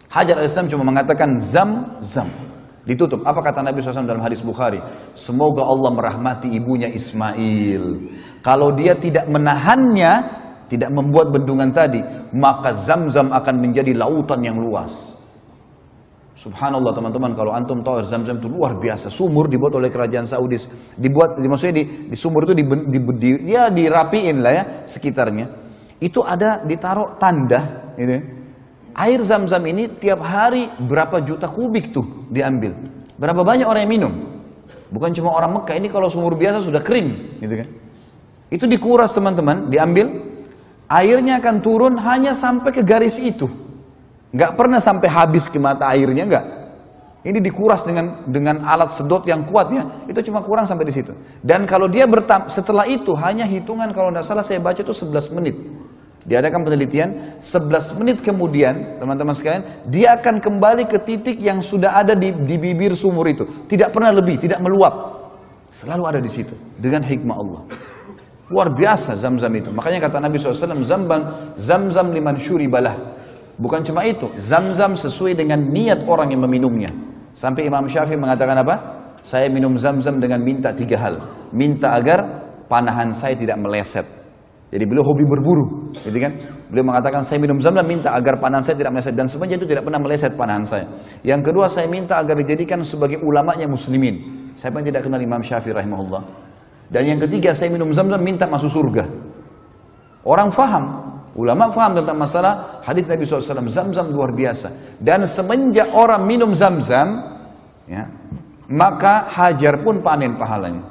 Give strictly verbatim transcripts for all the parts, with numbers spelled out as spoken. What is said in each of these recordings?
Hajar alaihissalam cuma mengatakan zam, zam. Ditutup. Apa kata Nabi shallallahu alaihi wasallam dalam hadis Bukhari? Semoga Allah merahmati ibunya Ismail. Kalau dia tidak menahannya, tidak membuat bendungan tadi, maka Zam-Zam akan menjadi lautan yang luas. Subhanallah teman-teman, kalau antum tahu Zam-Zam itu luar biasa. Sumur dibuat oleh kerajaan Saudi, dibuat, maksudnya di, di sumur itu di, di, di, ya dirapiin lah ya sekitarnya. Itu ada ditaruh tanda, gitu. Air Zam-Zam ini tiap hari berapa juta kubik tuh diambil. Berapa banyak orang yang minum? Bukan cuma orang Mekah, ini kalau sumur biasa sudah kering, gitu kan? Itu dikuras teman-teman, diambil, airnya akan turun hanya sampai ke garis itu. Nggak pernah sampai habis ke mata airnya, nggak. Ini dikuras dengan dengan alat sedot yang kuat ya. Itu cuma kurang sampai di situ. Dan kalau dia bertam setelah itu hanya hitungan kalau nggak salah saya baca itu sebelas menit. Diadakan penelitian, sebelas menit kemudian teman-teman sekalian, dia akan kembali ke titik yang sudah ada di, di bibir sumur itu. Tidak pernah lebih, tidak meluap. Selalu ada di situ dengan hikmah Allah. Luar biasa Zam-Zam itu. Makanya kata Nabi shallallahu alaihi wasallam, Zambang, Zam-Zam liman syuribalah. Bukan cuma itu, Zam-Zam sesuai dengan niat orang yang meminumnya. Sampai Imam Syafi'i mengatakan apa? Saya minum Zam-Zam dengan minta tiga hal. Minta agar panahan saya tidak meleset. Jadi beliau hobi berburu, gitu kan? Beliau mengatakan saya minum Zam-Zam minta agar panahan saya tidak meleset. Dan sebenarnya itu tidak pernah meleset panahan saya. Yang kedua saya minta agar dijadikan sebagai ulamanya muslimin. Saya pun tidak kenal Imam Syafi'i rahimahullah. Dan yang ketiga saya minum Zam-Zam minta masuk surga. Orang faham. Ulama faham tentang masalah hadis Nabi shallallahu alaihi wasallam, Zam-Zam luar biasa. Dan semenjak orang minum Zam-Zam, ya, maka Hajar pun panen pahalanya.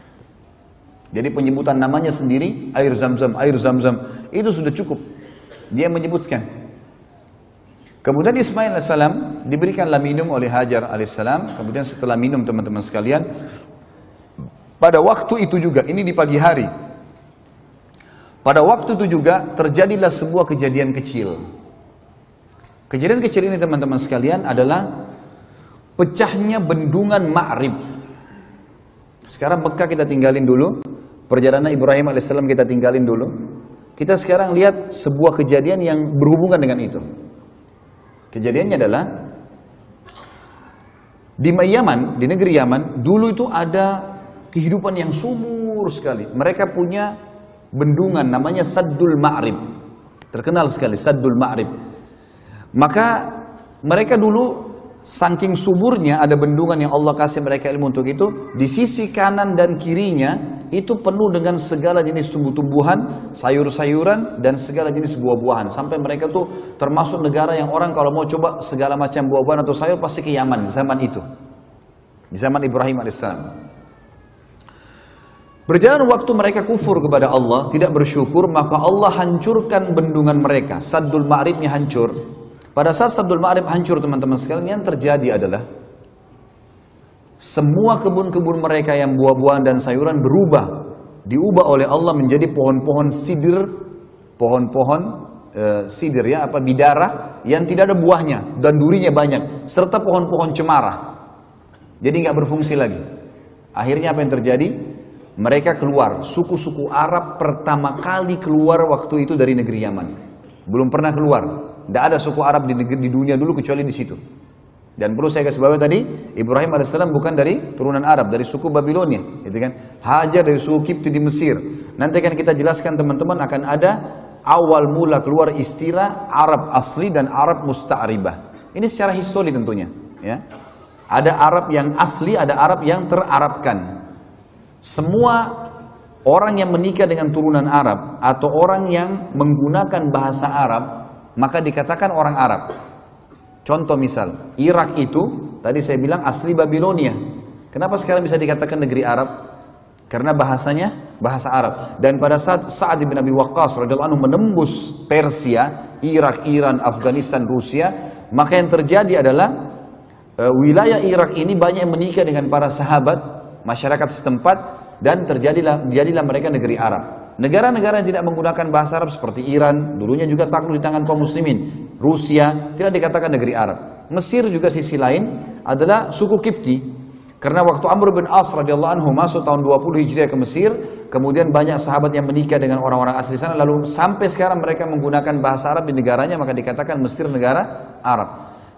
Jadi penyebutan namanya sendiri, air Zam-Zam, air Zam-Zam, itu sudah cukup. Dia menyebutkan. Kemudian Ismail alaihissalam diberikanlah minum oleh Hajar alaihissalam. Kemudian setelah minum teman-teman sekalian, pada waktu itu juga, ini di pagi hari, pada waktu itu juga terjadilah sebuah kejadian kecil. Kejadian kecil ini teman-teman sekalian adalah pecahnya bendungan Ma'rib. Sekarang Mekah kita tinggalin dulu, perjalanan Ibrahim alaihissalam kita tinggalin dulu. Kita sekarang lihat sebuah kejadian yang berhubungan dengan itu. Kejadiannya adalah di Yaman, di negeri Yaman, dulu itu ada kehidupan yang subur sekali. Mereka punya bendungan namanya Saddul Ma'rib. Terkenal sekali Saddul Ma'rib. Maka mereka dulu saking suburnya ada bendungan yang Allah kasih mereka ilmu untuk itu. Di sisi kanan dan kirinya itu penuh dengan segala jenis tumbuh-tumbuhan, sayur-sayuran dan segala jenis buah-buahan. Sampai mereka tuh termasuk negara yang orang kalau mau coba segala macam buah-buahan atau sayur pasti ke Yaman zaman itu. Di zaman Ibrahim alaihissalam. Berjalan waktu mereka kufur kepada Allah, tidak bersyukur, maka Allah hancurkan bendungan mereka. Saddul Ma'ribnya hancur. Pada saat Saddul Ma'rib hancur teman-teman sekalian, yang terjadi adalah semua kebun-kebun mereka yang buah-buahan dan sayuran berubah. Diubah oleh Allah menjadi pohon-pohon sidir, pohon-pohon e, sidir ya, apa bidara yang tidak ada buahnya dan durinya banyak, serta pohon-pohon cemara. Jadi nggak berfungsi lagi. Akhirnya apa yang terjadi? Mereka keluar, suku-suku Arab pertama kali keluar waktu itu dari negeri Yaman. Belum pernah keluar. Tidak ada suku Arab di, negeri, di dunia dulu kecuali di situ. Dan perlu saya kasih bawahi tadi, Ibrahim alaihissalam bukan dari turunan Arab, dari suku Babilonia, gitu kan? Hajar dari suku Kipti di Mesir. Nanti akan kita jelaskan teman-teman akan ada awal mula keluar istilah Arab asli dan Arab musta'ribah. Ini secara histori tentunya, ya. Ada Arab yang asli, ada Arab yang terarabkan. Semua orang yang menikah dengan turunan Arab atau orang yang menggunakan bahasa Arab, maka dikatakan orang Arab. Contoh misal, Irak itu, tadi saya bilang asli Babilonia. Kenapa sekarang bisa dikatakan negeri Arab? Karena bahasanya bahasa Arab. Dan pada saat Sa'ad bin Abi Waqqas radhiyallahu anhu menembus Persia, Irak, Iran, Afghanistan, Rusia, maka yang terjadi adalah e, wilayah Irak ini banyak yang menikah dengan para sahabat, masyarakat setempat, dan terjadilah jadilah mereka negeri Arab. Negara-negara yang tidak menggunakan bahasa Arab seperti Iran, dulunya juga takluk di tangan kaum muslimin. Rusia tidak dikatakan negeri Arab. Mesir juga sisi lain adalah suku Kipti. Karena waktu Amr bin As radhiyallahu anhu masuk tahun dua puluh Hijriah ke Mesir, kemudian banyak sahabat yang menikah dengan orang-orang asli sana, lalu sampai sekarang mereka menggunakan bahasa Arab di negaranya, maka dikatakan Mesir negara Arab.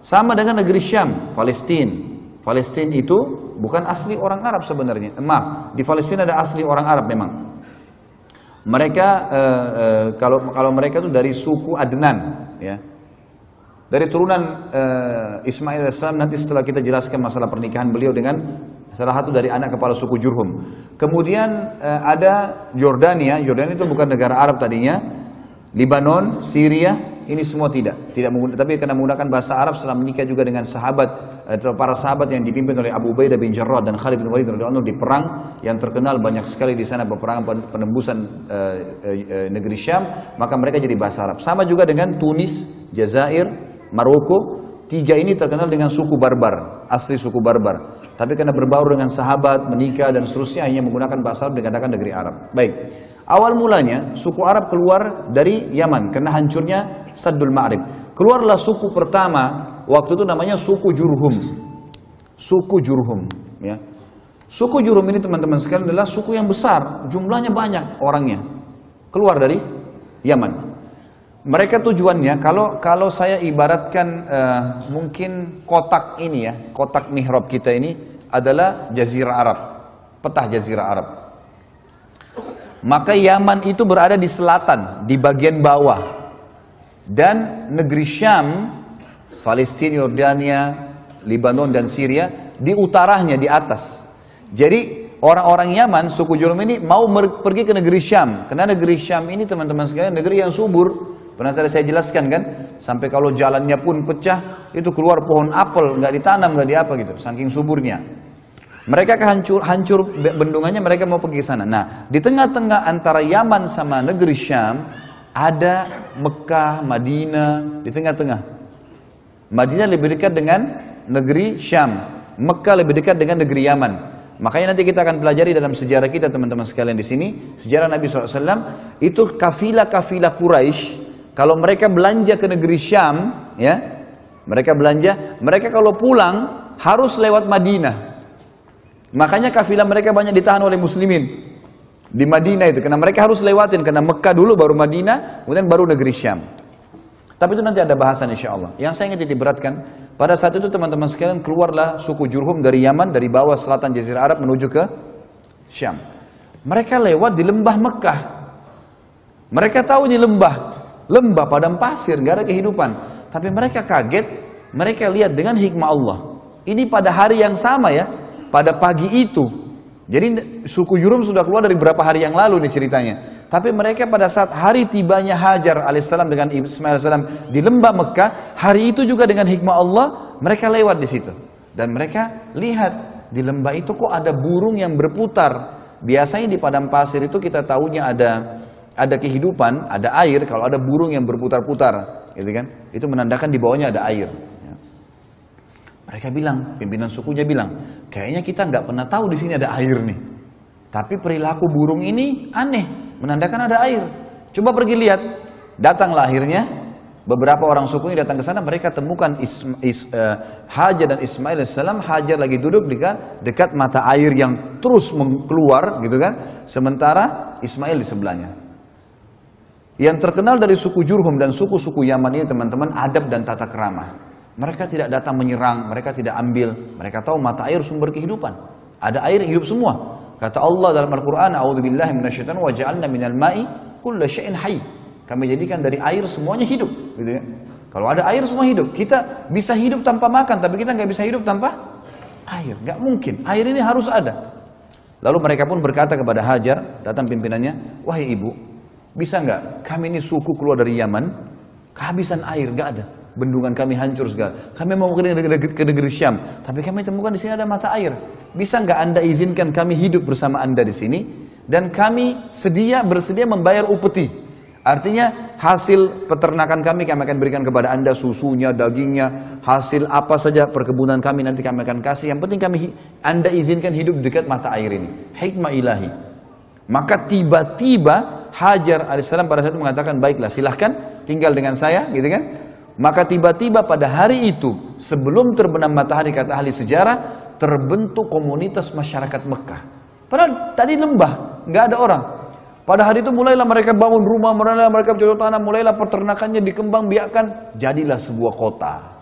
Sama dengan negeri Syam, Palestina. Palestina itu bukan asli orang Arab sebenarnya. Maaf, di Palestina ada asli orang Arab memang. Mereka eh, eh, kalau kalau mereka itu dari suku Adnan, ya. Dari turunan eh, Ismail alaihissalam. Nanti setelah kita jelaskan masalah pernikahan beliau dengan salah satu dari anak kepala suku Jurhum. Kemudian eh, ada Yordania. Yordania itu bukan negara Arab tadinya. Libanon, Syria. Ini semua tidak, tidak menggunakan, tapi karena menggunakan bahasa Arab setelah menikah juga dengan sahabat, para sahabat yang dipimpin oleh Abu Ubaidah bin Jarrah dan Khalid bin Walid radhiyallahu anhu di perang yang terkenal banyak sekali di sana peperangan penembusan uh, uh, negeri Syam, maka mereka jadi bahasa Arab. Sama juga dengan Tunis, Jazair, Maroko, tiga ini terkenal dengan suku Barbar, asli suku Barbar. Tapi karena berbaur dengan sahabat, menikah dan seterusnya hanya menggunakan bahasa Arab dikatakan negeri Arab. Baik. Awal mulanya suku Arab keluar dari Yaman karena hancurnya Saddul Ma'rib. Keluarlah suku pertama waktu itu namanya suku Jurhum. Suku Jurhum, ya. Suku Jurhum ini teman-teman sekalian adalah suku yang besar, jumlahnya banyak orangnya. Keluar dari Yaman. Mereka tujuannya kalau kalau saya ibaratkan uh, mungkin kotak ini ya, kotak mihrab kita ini adalah Jazirah Arab, petah Jazirah Arab. Maka Yaman itu berada di selatan, di bagian bawah. Dan negeri Syam, Palestina, Yordania, Libanon dan Syria di utaranya, di atas. Jadi orang-orang Yaman, suku Jurhum ini mau pergi ke negeri Syam. Karena negeri Syam ini teman-teman sekalian negeri yang subur. Pernah saya jelaskan kan, sampai kalau jalannya pun pecah, itu keluar pohon apel, nggak ditanam, nggak diapa gitu, saking suburnya. Mereka hancur, hancur bendungannya, mereka mau pergi ke sana. Nah, di tengah-tengah antara Yaman sama negeri Syam, ada Mekah, Madinah, di tengah-tengah. Madinah lebih dekat dengan negeri Syam. Mekah lebih dekat dengan negeri Yaman. Makanya nanti kita akan pelajari dalam sejarah kita teman-teman sekalian di sini. Sejarah Nabi shallallahu alaihi wasallam, itu kafilah-kafilah Quraisy, kalau mereka belanja ke negeri Syam, ya, mereka belanja, mereka kalau pulang harus lewat Madinah. Makanya kafilah mereka banyak ditahan oleh muslimin di Madinah itu, karena mereka harus lewatin, karena Mekah dulu baru Madinah, kemudian baru negeri Syam. Tapi itu nanti ada bahasan insya Allah. Yang saya ingin titik beratkan, pada saat itu teman-teman sekalian keluarlah suku Jurhum dari Yaman, dari bawah selatan Jazirah Arab menuju ke Syam. Mereka lewat di lembah Mekah. Mereka tahu di lembah, lembah padang pasir, gak ada kehidupan. Tapi mereka kaget, mereka lihat dengan hikmah Allah. Ini pada hari yang sama ya, pada pagi itu. Jadi suku Jurhum sudah keluar dari beberapa hari yang lalu nih ceritanya. Tapi mereka pada saat hari tibanya Hajar alaihissalam dengan Ismail alaihissalam di lembah Mekah, hari itu juga dengan hikmah Allah, mereka lewat di situ. Dan mereka lihat di lembah itu kok ada burung yang berputar. Biasanya di padang pasir itu kita tahunya ada ada kehidupan, ada air. Kalau ada burung yang berputar-putar, gitu kan? Itu menandakan di bawahnya ada air. Mereka bilang, pimpinan sukunya bilang, kayaknya kita nggak pernah tahu di sini ada air nih. Tapi perilaku burung ini aneh, menandakan ada air. Coba pergi lihat. Datanglah akhirnya, beberapa orang sukunya datang ke sana, mereka temukan Is, Is, uh, Hajar dan Ismail alaihissalam. Hajar lagi duduk dekat, dekat mata air yang terus keluar, gitu kan? Sementara Ismail di sebelahnya. Yang terkenal dari suku Jurhum dan suku-suku Yaman ini teman-teman, adab dan tata kerama. Mereka tidak datang menyerang, mereka tidak ambil. Mereka tahu mata air sumber kehidupan. Ada air hidup semua. Kata Allah dalam Al-Quran, A'udzubillahi minasyaitonir wa ja'alna minal ma'i kulla syai'in hayy. Kami jadikan dari air semuanya hidup. Gitu ya. Kalau ada air semua hidup. Kita bisa hidup tanpa makan, tapi kita nggak bisa hidup tanpa air. Nggak mungkin. Air ini harus ada. Lalu mereka pun berkata kepada Hajar, datang pimpinannya, wahai ibu, bisa nggak kami ini suku keluar dari Yaman, kehabisan air, nggak ada. Bendungan kami hancur segala. Kami mau ke negeri, ke negeri Syam, tapi kami temukan di sini ada mata air. Bisa nggak Anda izinkan kami hidup bersama Anda di sini? Dan kami sedia bersedia membayar upeti. Artinya hasil peternakan kami kami akan berikan kepada Anda, susunya, dagingnya, hasil apa saja perkebunan kami nanti kami akan kasih. Yang penting kami Anda izinkan hidup dekat mata air ini. Hikmah ilahi. Maka tiba-tiba Hajar alaihissalam pada saat itu mengatakan, baiklah silahkan tinggal dengan saya, gitu kan? Maka tiba-tiba pada hari itu, sebelum terbenam matahari kata ahli sejarah, terbentuk komunitas masyarakat Mekah. Padahal tadi lembah, nggak ada orang. Pada hari itu mulailah mereka bangun rumah, mulailah mereka bercocok tanam, mulailah peternakannya dikembang biakan, jadilah sebuah kota.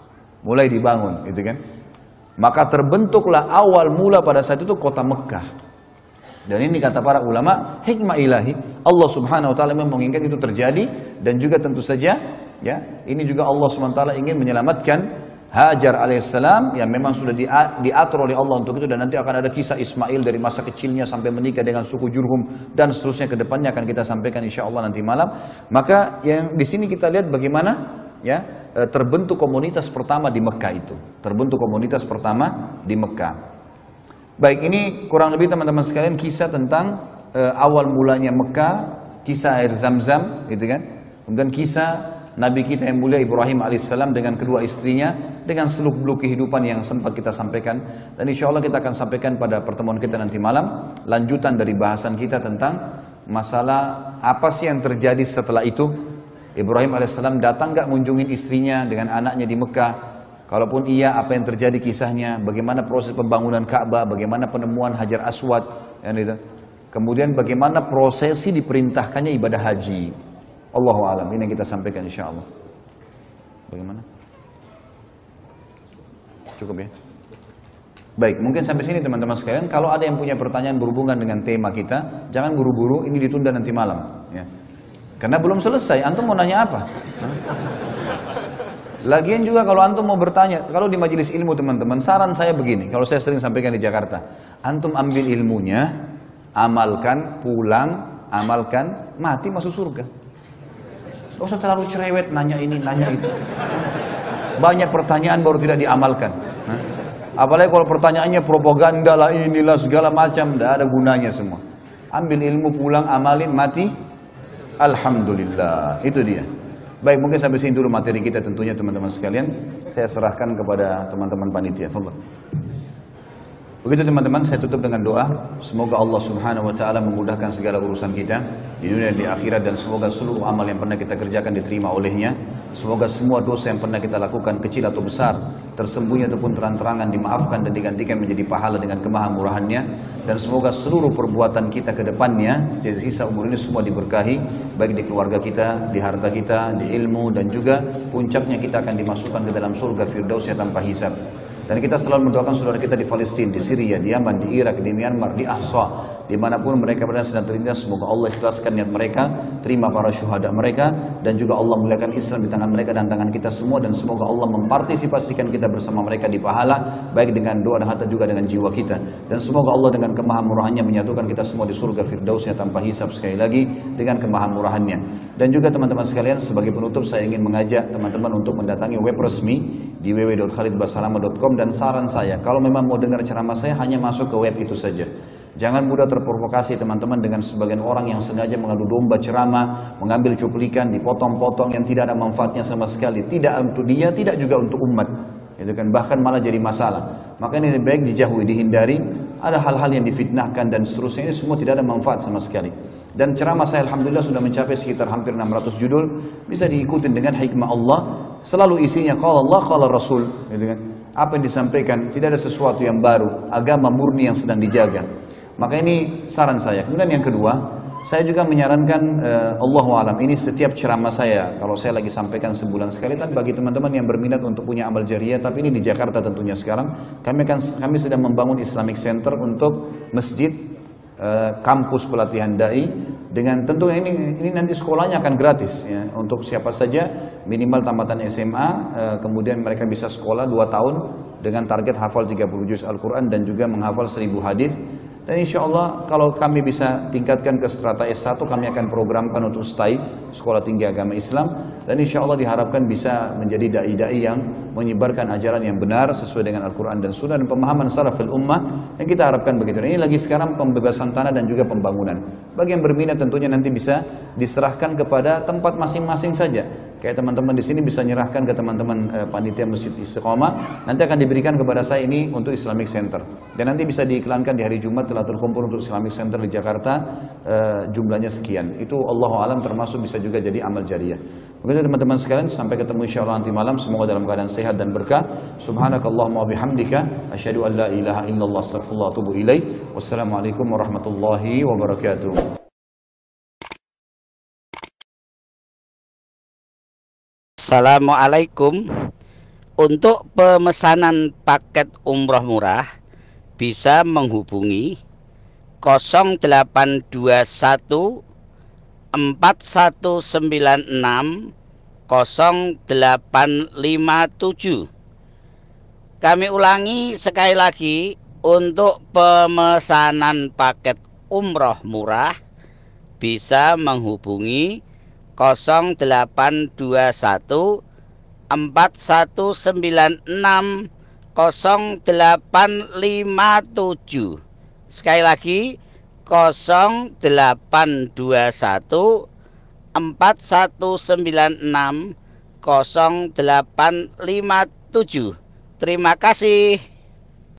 mulai dibangun, gitu kan. Maka terbentuklah awal mula pada saat itu kota Mekah. Dan ini kata para ulama, hikmah ilahi, Allah subhanahu wa ta'ala memang menginginkan itu terjadi. Dan juga tentu saja, ya, ini juga Allah subhanahu wa ta'ala ingin menyelamatkan Hajar alaihissalam yang memang sudah diatur oleh Allah untuk itu. Dan nanti akan ada kisah Ismail dari masa kecilnya sampai menikah dengan suku Jurhum dan seterusnya ke depannya akan kita sampaikan insya Allah nanti malam. Maka yang di sini kita lihat bagaimana ya terbentuk komunitas pertama di Mekah itu. Terbentuk komunitas pertama di Mekah. Baik, ini kurang lebih teman-teman sekalian kisah tentang uh, awal mulanya Mekah, kisah air Zam-Zam, gitu kan. Kemudian kisah Nabi kita yang mulia Ibrahim alaihissalam dengan kedua istrinya, dengan seluk-beluk kehidupan yang sempat kita sampaikan. Dan insya Allah kita akan sampaikan pada pertemuan kita nanti malam, lanjutan dari bahasan kita tentang masalah apa sih yang terjadi setelah itu. Ibrahim alaihissalam datang gak mengunjungi istrinya dengan anaknya di Mekah? Kalaupun iya, apa yang terjadi kisahnya? Bagaimana proses pembangunan Ka'bah? Bagaimana penemuan Hajar Aswad? Kemudian bagaimana prosesi diperintahkannya ibadah haji? Allahu a'lam, ini yang kita sampaikan insya Allah. Bagaimana? Cukup ya? Baik, mungkin sampai sini teman-teman sekalian. Kalau ada yang punya pertanyaan berhubungan dengan tema kita, jangan buru-buru, ini ditunda nanti malam ya. Karena belum selesai, antum mau nanya apa? Lagian juga kalau antum mau bertanya, kalau di majelis ilmu teman-teman, saran saya begini, kalau saya sering sampaikan di Jakarta, antum ambil ilmunya, amalkan, pulang, amalkan, mati masuk surga. Gak usah terlalu cerewet, nanya ini, nanya itu. Banyak pertanyaan baru tidak diamalkan. Nah, apalagi kalau pertanyaannya propaganda lah, inilah segala macam, tidak ada gunanya semua. Ambil ilmu, pulang, amalin, mati, alhamdulillah. Itu dia. Baik, mungkin sampai sini dulu materi kita tentunya teman-teman sekalian. Saya serahkan kepada teman-teman panitia. Fadhal. Begitu teman-teman, saya tutup dengan doa. Semoga Allah subhanahu wa ta'ala memudahkan segala urusan kita di dunia dan di akhirat. Dan semoga seluruh amal yang pernah kita kerjakan diterima olehnya. Semoga semua dosa yang pernah kita lakukan, kecil atau besar, tersembunyi ataupun terang-terangan, dimaafkan dan digantikan menjadi pahala dengan kemahamurahannya. Dan semoga seluruh perbuatan kita ke depannya, sisa umur ini semua diberkahi, baik di keluarga kita, di harta kita, di ilmu, dan juga puncaknya kita akan dimasukkan ke dalam surga Firdausnya tanpa hisab. Dan kita selalu mendoakan saudara kita di Palestina, di Syria, di Yaman, di Irak, di Myanmar, di Ahsa, dimanapun mereka berada sedang terlindas. Semoga Allah ikhlaskan niat mereka, terima para syuhada mereka, dan juga Allah muliakan Islam di tangan mereka dan tangan kita semua. Dan semoga Allah mempartisipasikan kita bersama mereka di pahala, baik dengan doa dan harta juga dengan jiwa kita. Dan semoga Allah dengan kemahamurahannya menyatukan kita semua di surga Firdausnya tanpa hisab, sekali lagi dengan kemahamurahannya. Dan juga teman-teman sekalian, sebagai penutup saya ingin mengajak teman-teman untuk mendatangi web resmi di w w w titik khalid basalamah titik com. Dan saran saya, kalau memang mau dengar ceramah saya, hanya masuk ke web itu saja. Jangan mudah terprovokasi teman-teman dengan sebagian orang yang sengaja mengadu domba ceramah, mengambil cuplikan, dipotong-potong yang tidak ada manfaatnya sama sekali. Tidak untuk dia, tidak juga untuk umat. Itu kan bahkan malah jadi masalah. Maka ini lebih baik dijauhi, dihindari. Ada hal-hal yang difitnahkan dan seterusnya, ini semua tidak ada manfaat sama sekali. Dan ceramah saya alhamdulillah sudah mencapai sekitar hampir enam ratus judul, bisa diikuti dengan hikmah Allah. Selalu isinya qala Allah, qala Rasul, gitu kan. Apa yang disampaikan, tidak ada sesuatu yang baru, agama murni yang sedang dijaga. Maka ini saran saya. Kemudian yang kedua, saya juga menyarankan uh, Allahu a'lam, ini setiap ceramah saya, kalau saya lagi sampaikan sebulan sekali, tapi bagi teman-teman yang berminat untuk punya amal jariah, tapi ini di Jakarta tentunya sekarang, kami akan kami sedang membangun Islamic Center untuk masjid, uh, kampus pelatihan dai, dengan tentunya ini ini nanti sekolahnya akan gratis ya, untuk siapa saja minimal tamatan S M A, uh, kemudian mereka bisa sekolah dua tahun dengan target hafal tiga puluh juz Al-Quran dan juga menghafal seribu hadis. Dan insya Allah kalau kami bisa tingkatkan ke strata S satu, kami akan programkan untuk S T A I, Sekolah Tinggi Agama Islam. Dan insya Allah diharapkan bisa menjadi da'i-da'i yang menyebarkan ajaran yang benar sesuai dengan Al-Quran dan Sunnah dan pemahaman salafil ummah yang kita harapkan begitu. Dan ini lagi sekarang pembebasan tanah dan juga pembangunan. Bagi yang berminat tentunya nanti bisa diserahkan kepada tempat masing-masing saja. Kayak teman-teman di sini bisa nyerahkan ke teman-teman eh, panitia Masjid Istiqomah. Nanti akan diberikan kepada saya ini untuk Islamic Center. Dan nanti bisa diiklankan di hari Jumat telah terkumpul untuk Islamic Center di Jakarta, eh, jumlahnya sekian. Itu Allahu a'lam termasuk bisa juga jadi amal jariah. Begitu teman-teman sekalian, sampai ketemu insyaallah nanti malam. Semoga dalam keadaan sehat dan berkah. Subhanakallahumma wa bihamdika asyhadu an la ilaha illallah astaghfirullah wa atubu ilaih. Wassalamualaikum warahmatullahi wabarakatuh. Assalamualaikum Untuk pemesanan paket umroh murah bisa menghubungi nol delapan dua satu empat satu sembilan enam nol delapan lima tujuh. Kami ulangi sekali lagi, untuk pemesanan paket umroh murah bisa menghubungi nol delapan dua satu empat satu sembilan enam nol delapan lima tujuh. Sekali lagi, nol delapan dua satu empat satu sembilan enam nol delapan lima tujuh. Terima kasih.